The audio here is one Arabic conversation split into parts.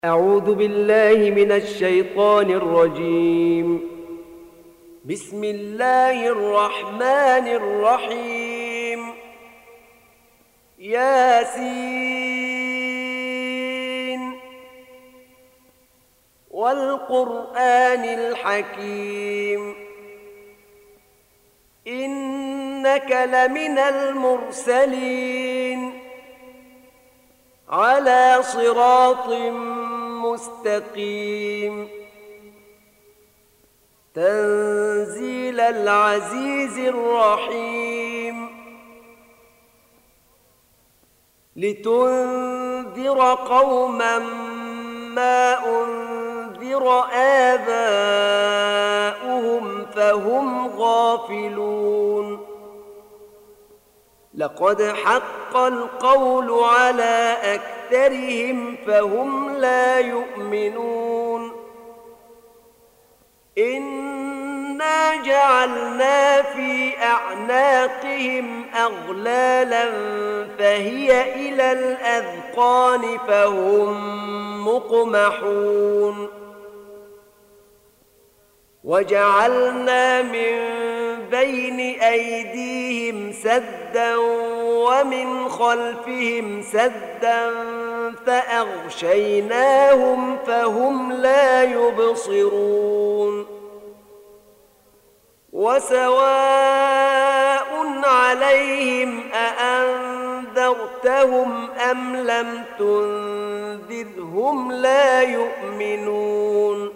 أعوذ بالله من الشيطان الرجيم. بسم الله الرحمن الرحيم. ياسين والقرآن الحكيم إنك لمن المرسلين على صراط مستقيم تنزيل العزيز الرحيم لتنذر قوما ما أنذر آباؤهم فهم غافلون لقد حق القول على أكثرهم فهم لا يؤمنون إنا جعلنا في أعناقهم أغلالا فهي إلى الأذقان فهم مقمحون وجعلنا من بين أيديهم سدا ومن خلفهم سدا فأغشيناهم فهم لا يبصرون وسواء عليهم أأنذرتهم أم لم تنذرهم لا يؤمنون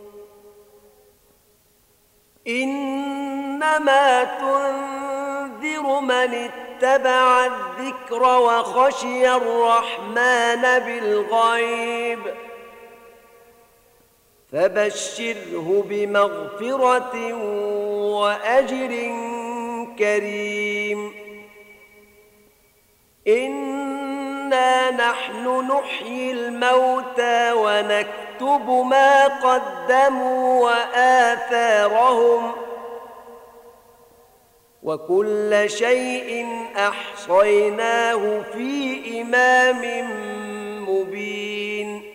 إنما تنذر من اتبع الذكر وخشي الرحمن بالغيب فبشره بمغفرة وأجر كريم إنا نحن نحيي الموتى ونكتب ما قدموا وآثارهم وكل شيء أحصيناه في إمام مبين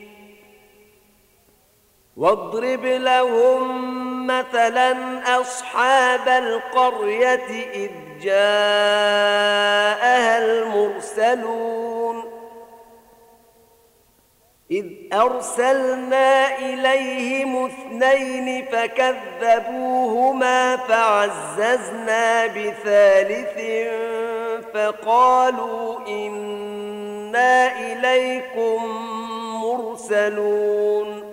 واضرب لهم مثلا أصحاب القرية إذ جاءها المرسلون إذ أرسلنا إليهم اثنين فكذبوهما فعززنا بثالث فقالوا إنا إليكم مرسلون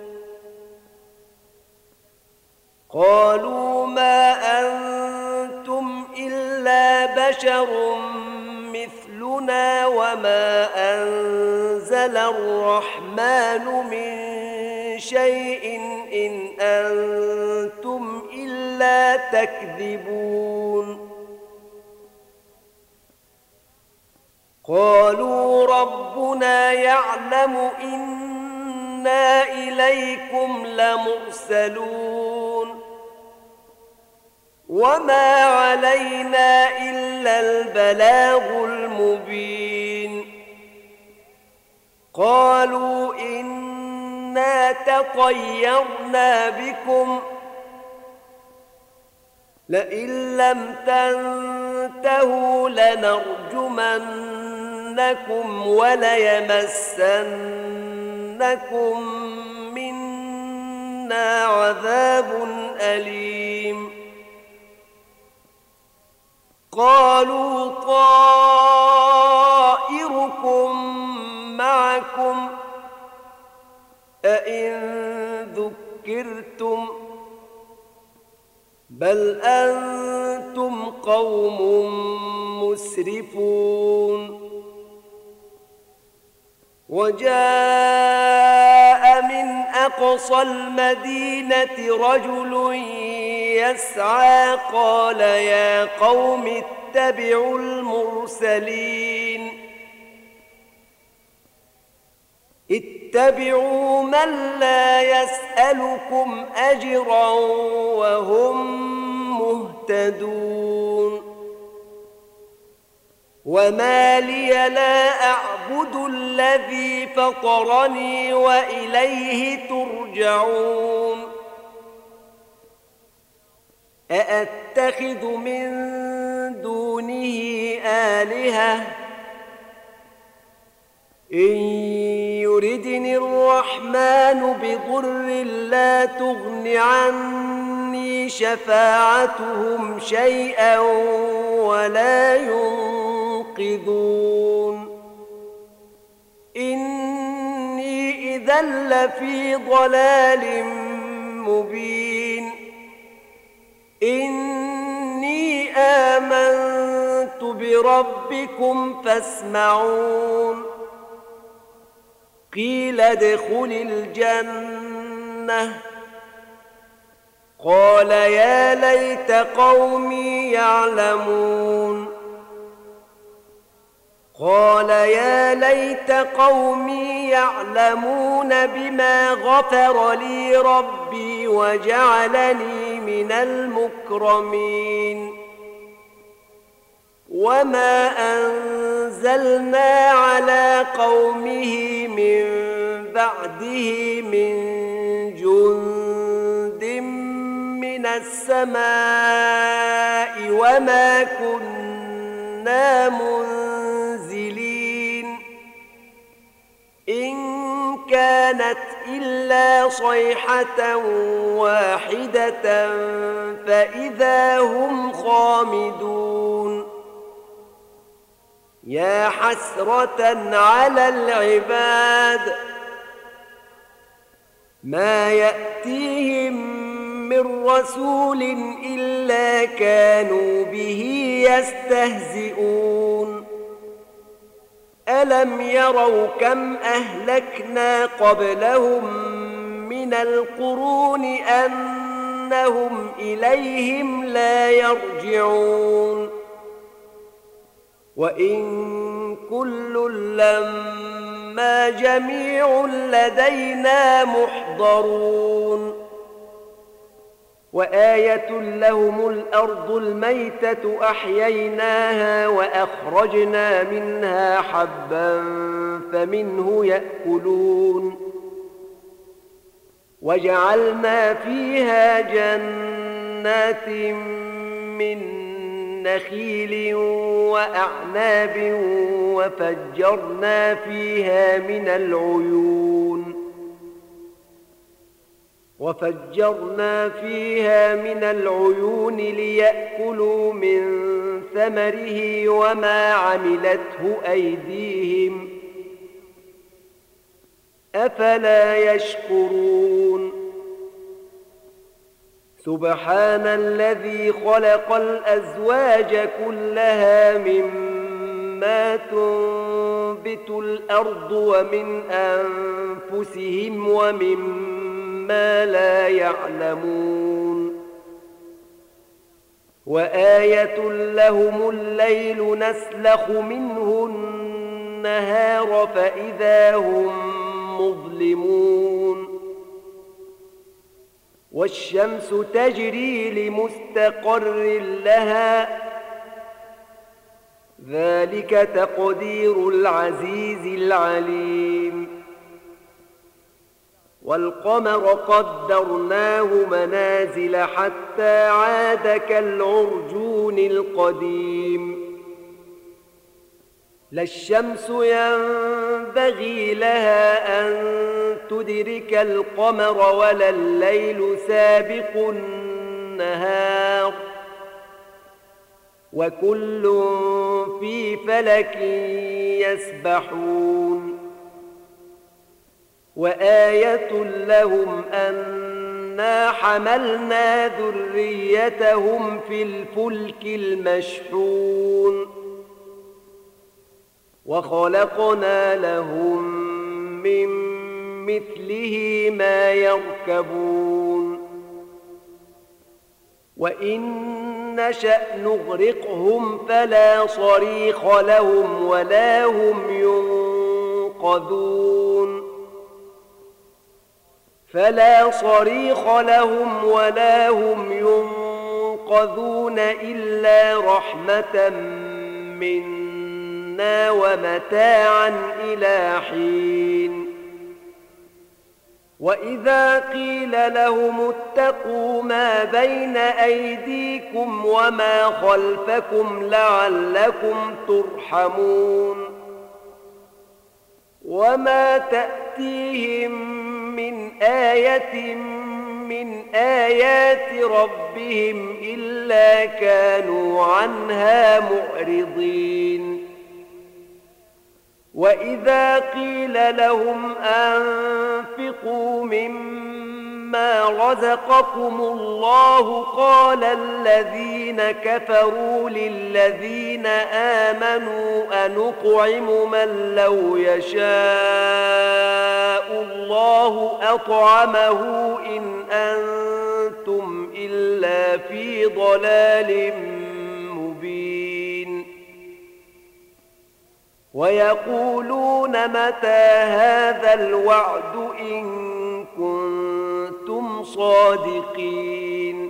قالوا ما أنتم إلا بشر مثلنا وما أنزل الرحمن من شيء إن أنتم إلا تكذبون قالوا ربنا يعلم إنا إليكم لمرسلون وما علينا إلا البلاغ المبين قالوا إنا تطيرنا بكم لئن لم تنتهوا لنرجمنكم وليمسنكم منا عذاب أليم قالوا طائركم معكم أئن ذكرتم بل أنتم قوم مسرفون وجاء من أقصى المدينة رجل يسعى قال يا قوم اتبعوا المرسلين اتبعوا من لا يسألكم أجرا وهم مهتدون وما لي لا أعبد أعبد الذي فطرني وإليه ترجعون أأتخذ من دونه آلهة إن يردني الرحمن بضر لا تغن عني شفاعتهم شيئا ولا ينقذون إني إذا لفي ضلال مبين إني آمنت بربكم فاسمعون قيل ادخل الجنة قال يا ليت قومي يعلمون قال يا ليت قومي يعلمون بما غفر لي ربي وجعلني من المكرمين وما أنزلنا على قومه من بعده من جند من السماء وما كنا منزلين إن كانت إلا صيحة واحدة فإذا هم خامدون يا حسرة على العباد ما يأتيهم من رسول إلا كانوا به يستهزئون ألم يروا كم أهلكنا قبلهم من القرون أنهم إليهم لا يرجعون وإن كل لما جميع لدينا محضرون وآية لهم الأرض الميتة أحييناها وأخرجنا منها حبا فمنه يأكلون وجعلنا فيها جنات من نخيل وأعناب وفجرنا فيها من العيون ليأكلوا من ثمره وما عملته أيديهم أفلا يشكرون سبحان الذي خلق الأزواج كلها مما تنبت الأرض ومن أنفسهم ومما لا يعلمون وآية لهم الليل نسلخ منه النهار فإذا هم مظلمون والشمس تجري لمستقر لها ذلك تقدير العزيز العليم والقمر قدرناه منازل حتى عاد كالعرجون القديم لا الشمس ينبغي لها أن تدرك القمر ولا الليل سابق النهار وكل في فلك يسبحون وآية لهم أنا حملنا ذريتهم في الفلك المشحون وخلقنا لهم من مثله ما يركبون وإن نشأ نغرقهم فلا صريخ لهم ولا هم ينقذون إلا رحمة منا ومتاعا إلى حين. وإذا قيل لهم اتقوا ما بين أيديكم وما خلفكم لعلكم ترحمون وما تأتيهم من آية من آيات ربهم إلا كانوا عنها معرضين. وإذا قيل لهم أنفقوا مما رزقكم الله قال الذين كفروا للذين آمنوا أنطعم من لو يشاء الله أطعمه إن أنتم إلا في ضلال مبين. ويقولون متى هذا الوعد إن كنتم صادقين.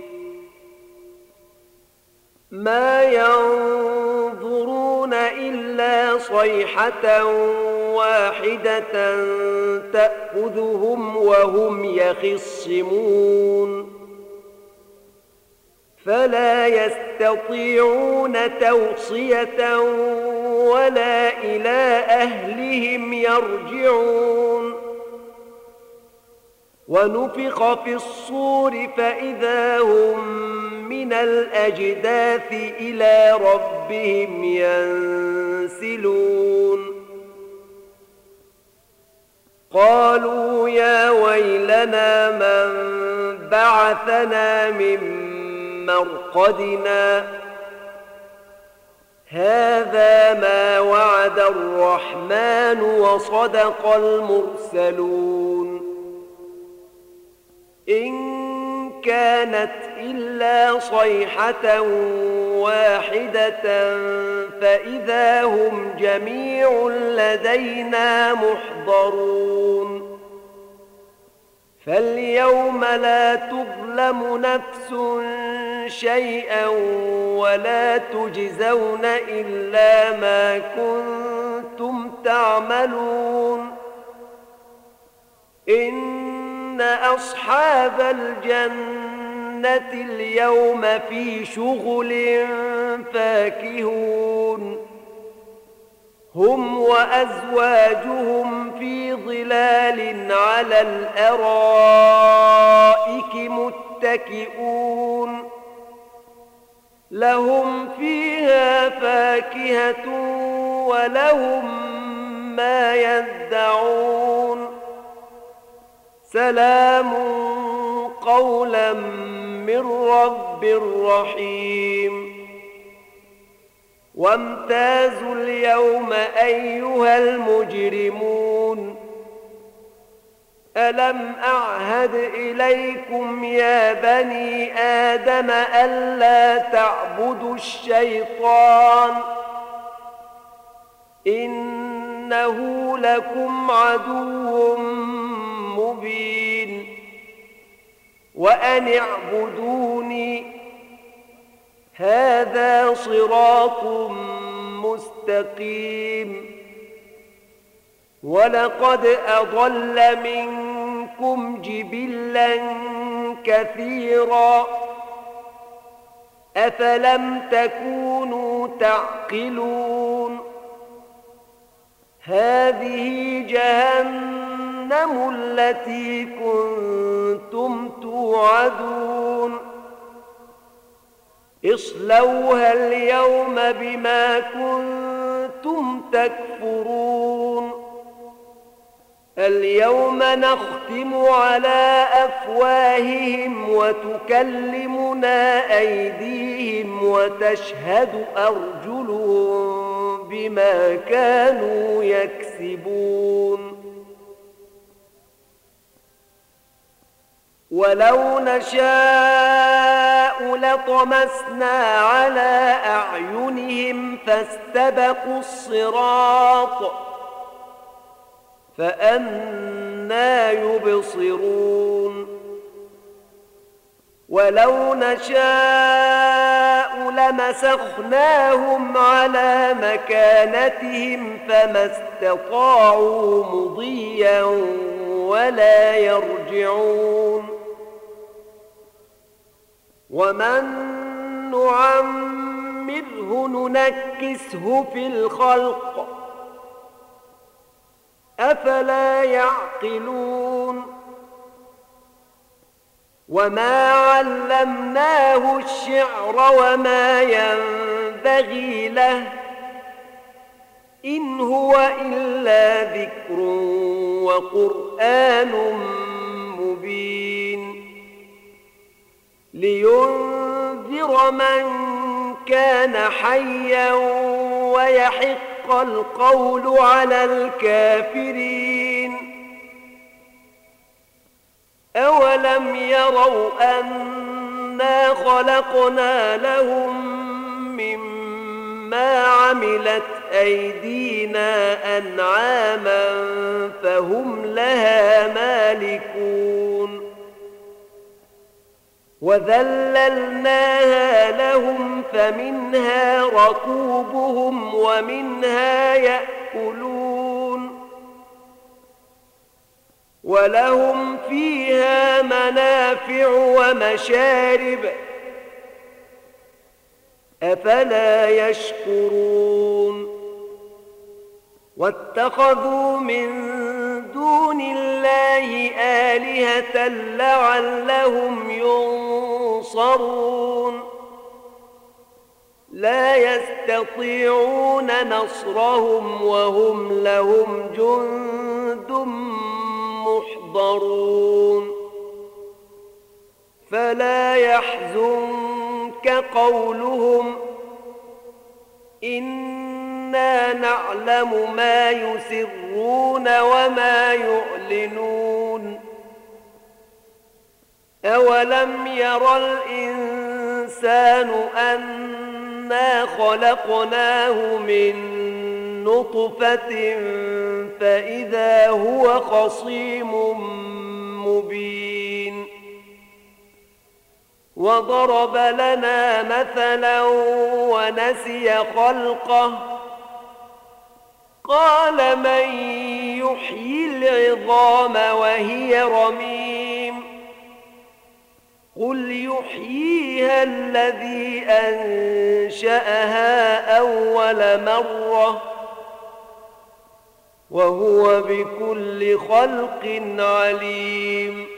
ما ينظرون إلا صيحة واحدة تأخذهم وهم يخصمون فلا يستطيعون توصية ولا إلى أهلهم يرجعون. ونفخ في الصور فإذا هم من الأجداث إلى ربهم ينسلون. قالوا يا ويلنا من بعثنا من مرقدنا هذا ما وعد الرحمن وصدق المرسلون. إن كانت إلا صيحة واحدة فإذا هم جميع لدينا محضرون. فاليوم لا تظلم نفس شيئا ولا تجزون إلا ما كنتم تعملون. إن أصحاب الجنة اليوم في شغل فاكهون هم وأزواجهم في ظلال على الأرائك متكئون لهم فيها فاكهة ولهم ما يدعون. سلام قولا من رب رحيم. وامتازوا اليوم أيها المجرمون ألم أعهد إليكم يا بني آدم ألا تعبدوا الشيطان إنه لكم عدو مبين. وأن اعبدوني هذا صراط مستقيم. ولقد أضل منكم جبلا كثيرا أفلم تكونوا تعقلون. هذه جهنم التي كنتم توعدون اصلوها اليوم بما كنتم تكفرون. اليوم نختم على أفواههم وتكلمنا أيديهم وتشهد أرجلهم بما كانوا يكسبون. ولو نشاء لطمسنا على أعينهم فاستبقوا الصراط فأنى يبصرون. ولو نشاء لمسخناهم على مكانتهم فما استطاعوا مضيا ولا يرجعون ومن نعمره ننكسه في الخلق أفلا يعقلون وما علمناه الشعر وما ينبغي له إن هو إلا ذكر وقرآن مبين لينذر من كان حيا ويحق القول على الكافرين أولم يروا أنا خلقنا لهم مما عملت أيدينا أنعاما فهم لها مالكون وذللناها لهم فمنها ركوبهم ومنها يأكلون ولهم فيها منافع ومشارب أفلا يشكرون واتخذوا من دون الله آلهة لعلهم ينصرون لا يستطيعون نصرهم وهم لهم جند محضرون فلا يحزنك قولهم إنا نعلم ما يسرون وما يعلنون أولم ير الإنسان أنا خلقناه من نطفة فإذا هو خصيم مبين وضرب لنا مثلا ونسي خلقه قال من يحيي العظام وهي رميم قل يحييها الذي أنشأها أول مرة وهو بكل خلق عليم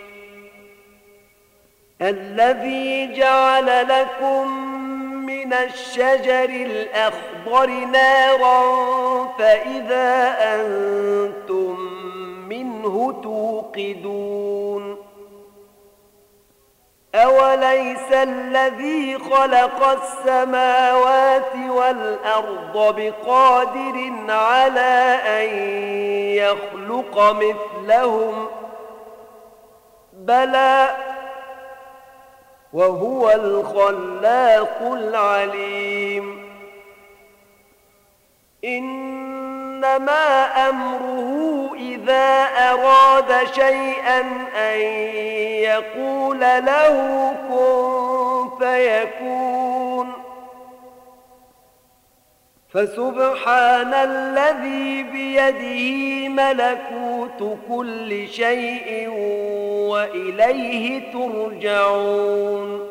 الذي جعل لكم من الشجر الأخضر نارا فإذا أنتم منه توقدون أوليس الذي خلق السماوات والأرض بقادر على أن يخلق مثلهم بلى وهو الخلاق العليم إنما أمره إذا أراد شيئا أن يقول له كن فيكون فسبحان الذي بيده ملكوت كل شيء وإليه ترجعون